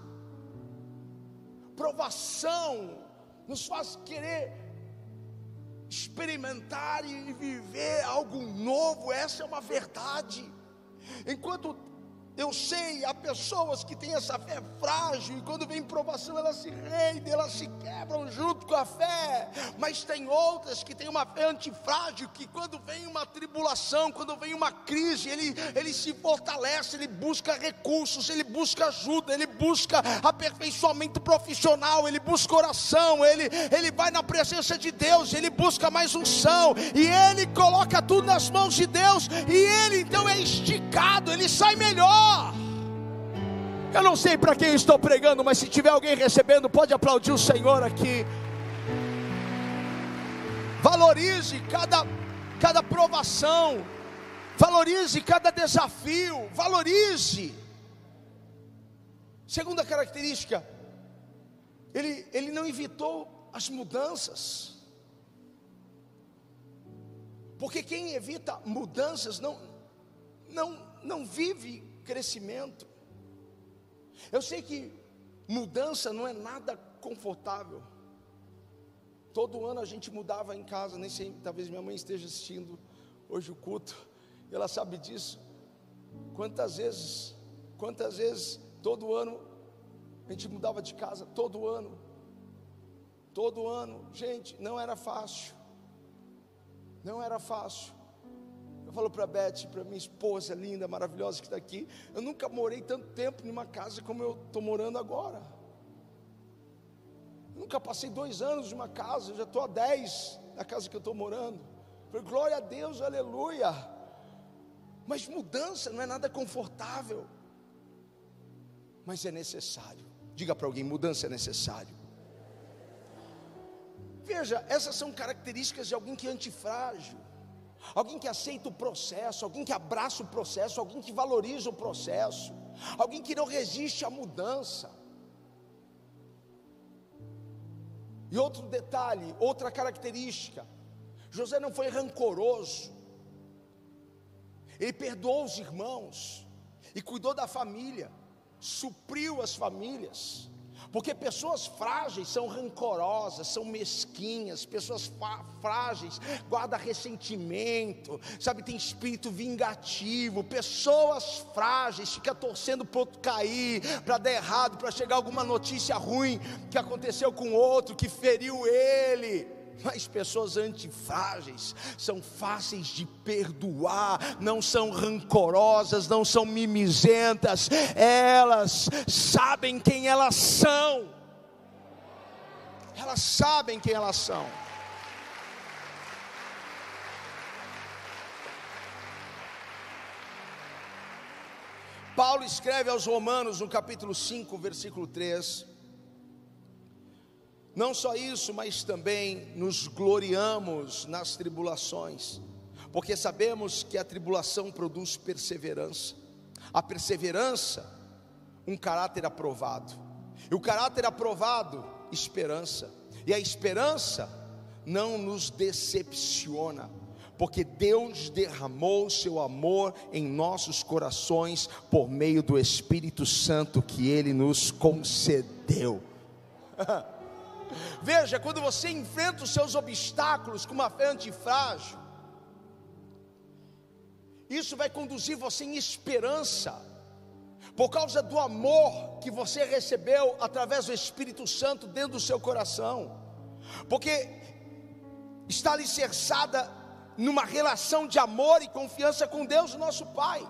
A: Provação nos faz querer experimentar e viver algo novo. Essa é uma verdade. Enquanto eu sei, há pessoas que têm essa fé frágil e quando vem provação elas se rendem, elas se quebram junto com a fé. Mas tem outras que têm uma fé antifrágil, que quando vem uma tribulação, quando vem uma crise, ele se fortalece, ele busca recursos, ele busca ajuda, ele busca aperfeiçoamento profissional, ele busca oração, ele vai na presença de Deus, ele busca mais unção, e ele coloca tudo nas mãos de Deus, e ele então é esticado, ele sai melhor. Eu não sei para quem eu estou pregando, mas se tiver alguém recebendo, pode aplaudir o Senhor aqui. Valorize cada provação, valorize cada desafio, valorize. Segunda característica, ele não evitou as mudanças, porque quem evita mudanças não vive crescimento. Eu sei que mudança não é nada confortável. Todo ano a gente mudava em casa, nem sei, talvez minha mãe esteja assistindo hoje o culto, e ela sabe disso. Quantas vezes todo ano a gente mudava de casa, todo ano, gente, não era fácil. Eu falo para a Beth, para minha esposa linda, maravilhosa que está aqui, eu nunca morei tanto tempo numa casa como eu estou morando agora. Eu nunca passei 2 anos de uma casa, eu já estou há 10 na casa que eu estou morando. Falei, glória a Deus, aleluia. Mas mudança não é nada confortável, mas é necessário. Diga para alguém, mudança é necessário. Veja, essas são características de alguém que é antifrágil. Alguém que aceita o processo, alguém que abraça o processo, alguém que valoriza o processo, alguém que não resiste à mudança. E outro detalhe, outra característica, José não foi rancoroso, ele perdoou os irmãos, e cuidou da família, supriu as famílias, Porque pessoas frágeis são rancorosas, são mesquinhas. Pessoas frágeis guardam ressentimento, sabe, tem espírito vingativo. Pessoas frágeis ficam torcendo para o outro cair, para dar errado, para chegar alguma notícia ruim que aconteceu com outro, que feriu ele. Mas pessoas antifrágeis são fáceis de perdoar, não são rancorosas, não são mimizentas, elas sabem quem elas são, elas sabem quem elas são. Paulo escreve aos Romanos no capítulo 5, versículo 3, não só isso, mas também nos gloriamos nas tribulações, porque sabemos que a tribulação produz perseverança, a perseverança, um caráter aprovado, e o caráter aprovado, esperança, e a esperança não nos decepciona, porque Deus derramou o seu amor em nossos corações, por meio do Espírito Santo que Ele nos concedeu. Veja, quando você enfrenta os seus obstáculos com uma fé antifrágil, isso vai conduzir você em esperança, por causa do amor que você recebeu através do Espírito Santo dentro do seu coração, porque está alicerçada numa relação de amor e confiança com Deus, nosso Pai.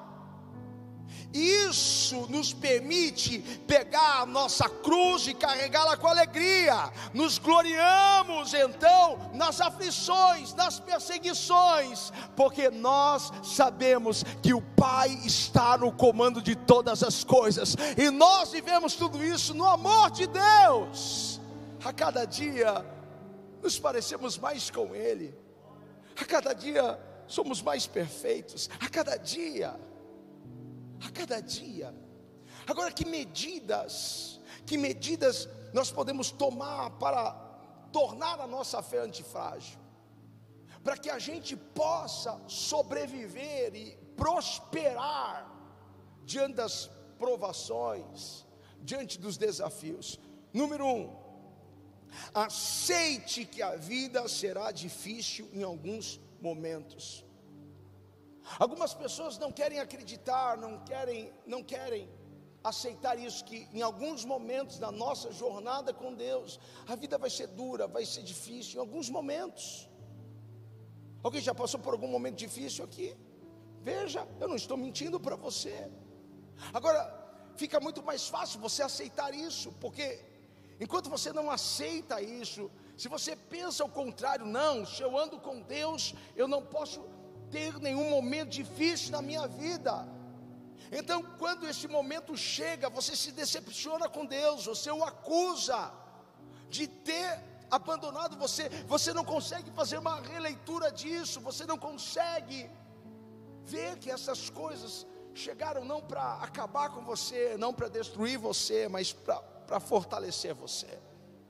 A: Isso nos permite pegar a nossa cruz e carregá-la com alegria. Nos gloriamos então nas aflições, nas perseguições, porque nós sabemos que o Pai está no comando de todas as coisas, e nós vivemos tudo isso no amor de Deus. A cada dia nos parecemos mais com Ele, a cada dia somos mais perfeitos, a cada dia. Agora, que medidas nós podemos tomar para tornar a nossa fé antifrágil, para que a gente possa sobreviver e prosperar diante das provações, diante dos desafios? Número 1, aceite que a vida será difícil em alguns momentos. Algumas pessoas não querem acreditar, não querem aceitar isso, que em alguns momentos da nossa jornada com Deus, a vida vai ser dura, vai ser difícil, em alguns momentos. Alguém já passou por algum momento difícil aqui? Veja, eu não estou mentindo para você. Agora, fica muito mais fácil você aceitar isso, porque enquanto você não aceita isso, se você pensa o contrário, não, se eu ando com Deus, eu não posso ter nenhum momento difícil na minha vida. Então, quando esse momento chega, você se decepciona com Deus, você o acusa de ter abandonado você não consegue fazer uma releitura disso, você não consegue ver que essas coisas chegaram não para acabar com você, não para destruir você, mas para fortalecer você.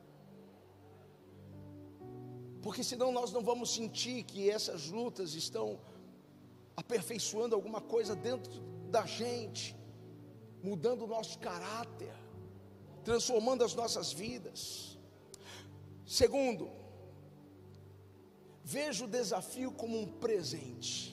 A: Porque senão nós não vamos sentir que essas lutas estão aperfeiçoando alguma coisa dentro da gente, mudando o nosso caráter, transformando as nossas vidas. Segundo, veja o desafio como um presente,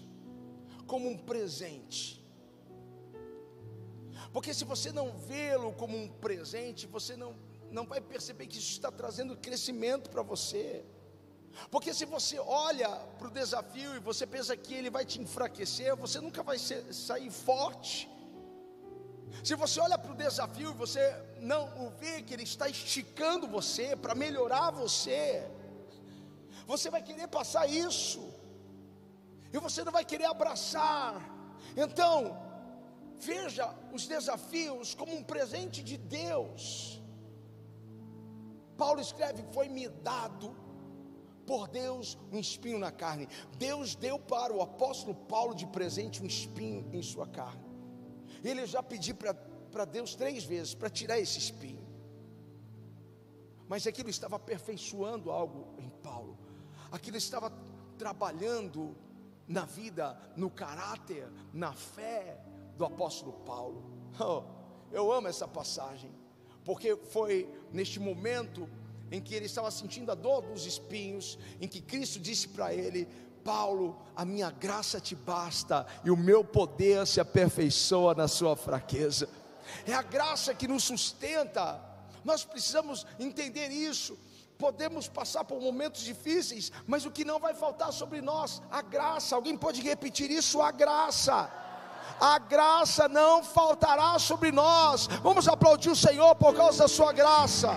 A: porque se você não vê-lo como um presente, você não vai perceber que isso está trazendo crescimento para você. Porque se você olha para o desafio e você pensa que ele vai te enfraquecer, você nunca vai sair forte. Se você olha para o desafio e você não o vê que ele está esticando você para melhorar você, você vai querer passar isso, e você não vai querer abraçar. Então, veja os desafios como um presente de Deus. Paulo escreve: foi-me dado por Deus um espinho na carne. Deus deu para o apóstolo Paulo de presente um espinho em sua carne. Ele já pediu para Deus 3 vezes para tirar esse espinho, mas aquilo estava aperfeiçoando algo em Paulo, aquilo estava trabalhando na vida, no caráter, na fé do apóstolo Paulo. Eu amo essa passagem, porque foi neste momento em que ele estava sentindo a dor dos espinhos, em que Cristo disse para ele: Paulo, a minha graça te basta, e o meu poder se aperfeiçoa na sua fraqueza. É a graça que nos sustenta. Nós precisamos entender isso. Podemos passar por momentos difíceis, mas o que não vai faltar sobre nós? A graça. Alguém pode repetir isso? A graça. A graça não faltará sobre nós. Vamos aplaudir o Senhor por causa da sua graça.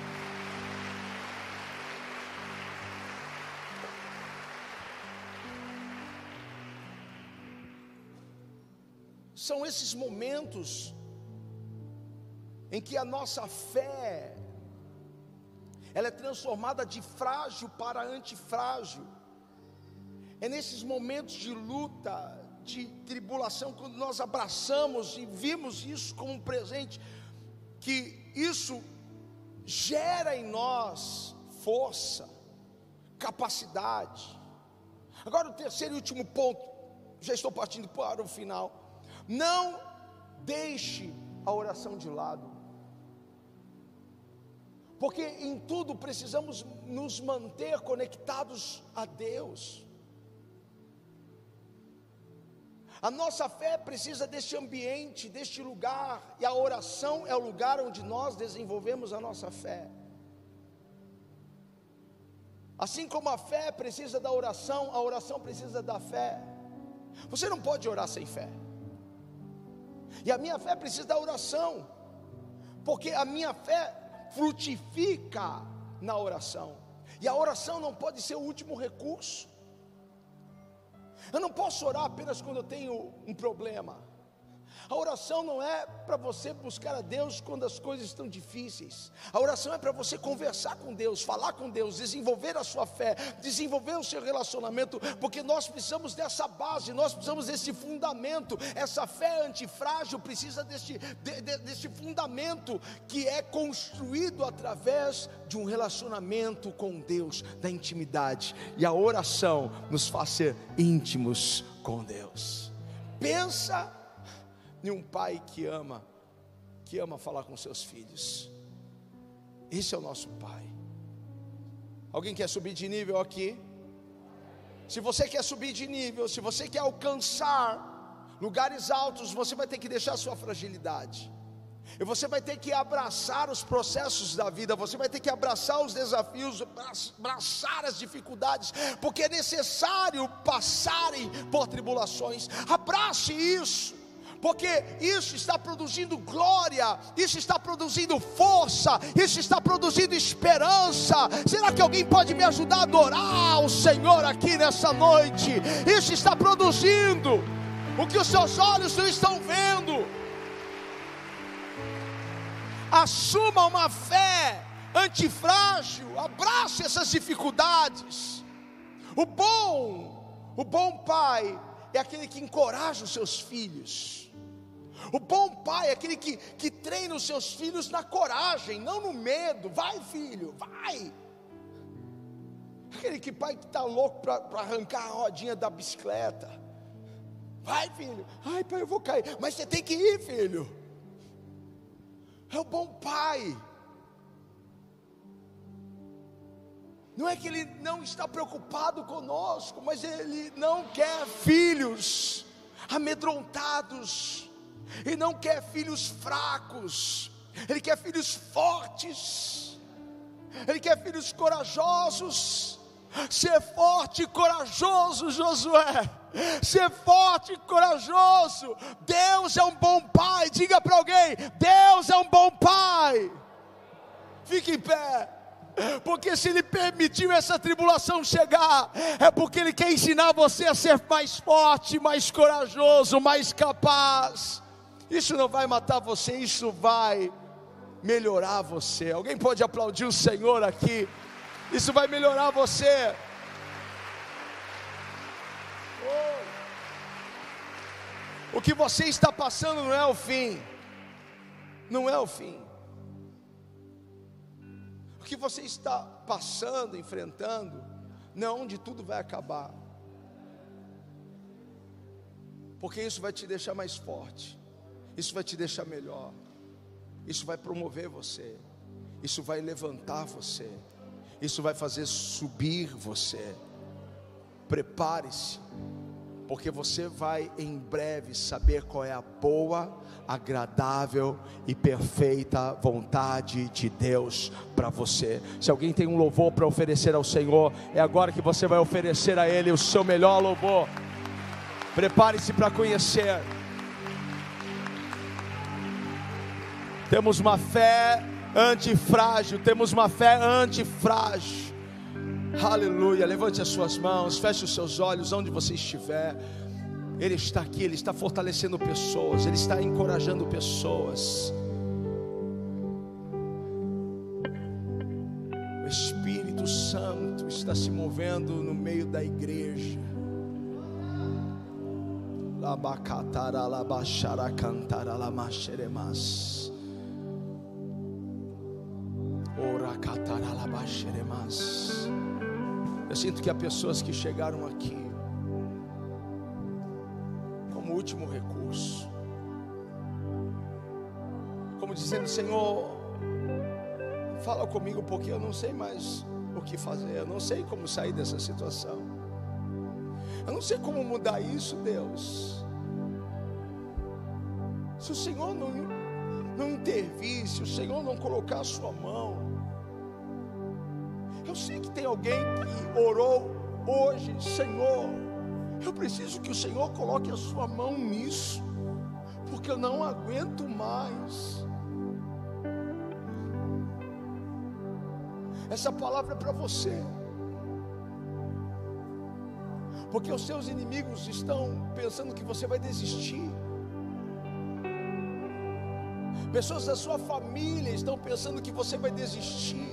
A: São esses momentos em que a nossa fé, ela é transformada de frágil para antifrágil. É nesses momentos de luta, de tribulação, quando nós abraçamos e vimos isso como um presente, que isso gera em nós força, capacidade. Agora o terceiro e último ponto, já estou partindo para o final. Não deixe a oração de lado, porque em tudo precisamos nos manter conectados a Deus. A nossa fé precisa deste ambiente, deste lugar, e a oração é o lugar onde nós desenvolvemos a nossa fé. Assim como a fé precisa da oração, a oração precisa da fé. Você não pode orar sem fé. E a minha fé precisa da oração, porque a minha fé frutifica na oração, e a oração não pode ser o último recurso. Eu não posso orar apenas quando eu tenho um problema. A oração não é para você buscar a Deus quando as coisas estão difíceis. A oração é para você conversar com Deus, falar com Deus, desenvolver a sua fé, desenvolver o seu relacionamento, porque nós precisamos dessa base, nós precisamos desse fundamento. Essa fé antifrágil precisa desse fundamento que é construído através de um relacionamento com Deus, da intimidade. E a oração nos faz ser íntimos com Deus. Pensa em um pai que ama falar com seus filhos. Esse é o nosso pai. Alguém quer subir de nível aqui? Se você quer subir de nível, se você quer alcançar lugares altos, você vai ter que deixar a sua fragilidade, e você vai ter que abraçar os processos da vida, você vai ter que abraçar os desafios, abraçar as dificuldades, porque é necessário passarem por tribulações. Abrace isso, porque isso está produzindo glória, isso está produzindo força, isso está produzindo esperança. Será que alguém pode me ajudar a adorar o Senhor aqui nessa noite? Isso está produzindo o que os seus olhos não estão vendo. Assuma uma fé antifrágil, abrace essas dificuldades. O bom pai é aquele que encoraja os seus filhos. O bom pai é aquele que treina os seus filhos na coragem, não no medo. Vai, filho, vai. Aquele pai que está louco para arrancar a rodinha da bicicleta. Vai, filho. Ai, pai, eu vou cair. Mas você tem que ir, filho. É o bom pai. Não é que ele não está preocupado conosco, mas ele não quer filhos amedrontados. Ele não quer filhos fracos. Ele quer filhos fortes. Ele quer filhos corajosos. Ser forte e corajoso, Josué. Ser forte e corajoso. Deus é um bom pai. Diga para alguém: Deus é um bom pai. Fique em pé. Porque se Ele permitiu essa tribulação chegar, é porque Ele quer ensinar você a ser mais forte, mais corajoso, mais capaz. Isso não vai matar você, isso vai melhorar você. Alguém pode aplaudir o Senhor aqui? Isso vai melhorar você. O que você está passando não é o fim. Não é o fim. O que você está passando, enfrentando, não é onde tudo vai acabar. Porque isso vai te deixar mais forte. Isso vai te deixar melhor. Isso vai promover você, isso vai levantar você, isso vai fazer subir você. Prepare-se, porque você vai em breve saber qual é a boa, agradável e perfeita vontade de Deus para você. Se alguém tem um louvor para oferecer ao Senhor, é agora que você vai oferecer a Ele o seu melhor louvor. Prepare-se para conhecer. Temos uma fé antifrágil, temos uma fé antifrágil. Aleluia. Levante as suas mãos, feche os seus olhos onde você estiver. Ele está aqui, Ele está fortalecendo pessoas, Ele está encorajando pessoas. O Espírito Santo está se movendo no meio da igreja. Eu sinto que há pessoas que chegaram aqui como último recurso, como dizendo: Senhor, fala comigo, porque eu não sei mais o que fazer, eu não sei como sair dessa situação, eu não sei como mudar isso, Deus. Se o Senhor não intervir, se o Senhor não colocar a sua mão. Eu sei que tem alguém que orou hoje: Senhor, eu preciso que o Senhor coloque a sua mão nisso, porque eu não aguento mais. Essa palavra é para você, porque os seus inimigos estão pensando que você vai desistir. Pessoas da sua família estão pensando que você vai desistir.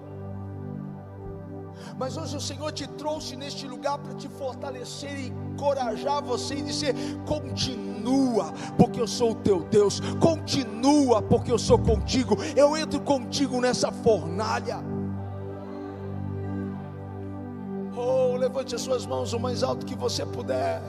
A: Mas hoje o Senhor te trouxe neste lugar para te fortalecer e encorajar você e dizer: continua, porque eu sou o teu Deus. Continua, porque eu sou contigo. Eu entro contigo nessa fornalha. Oh, levante as suas mãos o mais alto que você puder.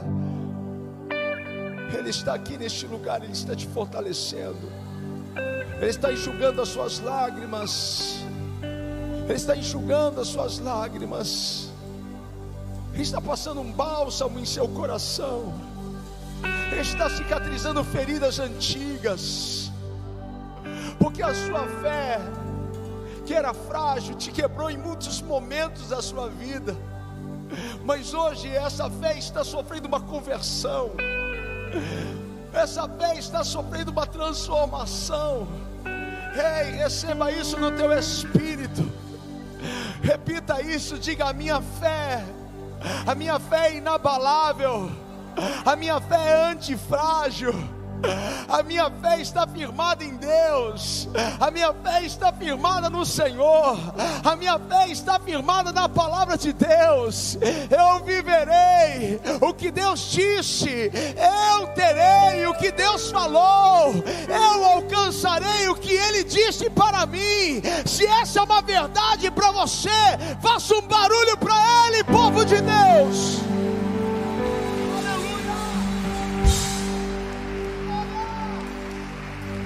A: Ele está aqui neste lugar, Ele está te fortalecendo. Ele está enxugando as suas lágrimas. Ele está enxugando as suas lágrimas. Ele está passando um bálsamo em seu coração. Ele está cicatrizando feridas antigas. Porque a sua fé, que era frágil, te quebrou em muitos momentos da sua vida. Mas hoje essa fé está sofrendo uma conversão. Essa fé está sofrendo uma transformação. Ei, receba isso no teu espírito. Repita isso, diga: a minha fé é inabalável, a minha fé é antifrágil, a minha fé está firmada em Deus, a minha fé está firmada no Senhor, a minha fé está firmada na palavra de Deus. Eu viverei o que Deus disse, eu terei o que Deus falou, eu alcançarei o que Ele disse para mim. Se essa é uma verdade para você, faça um barulho para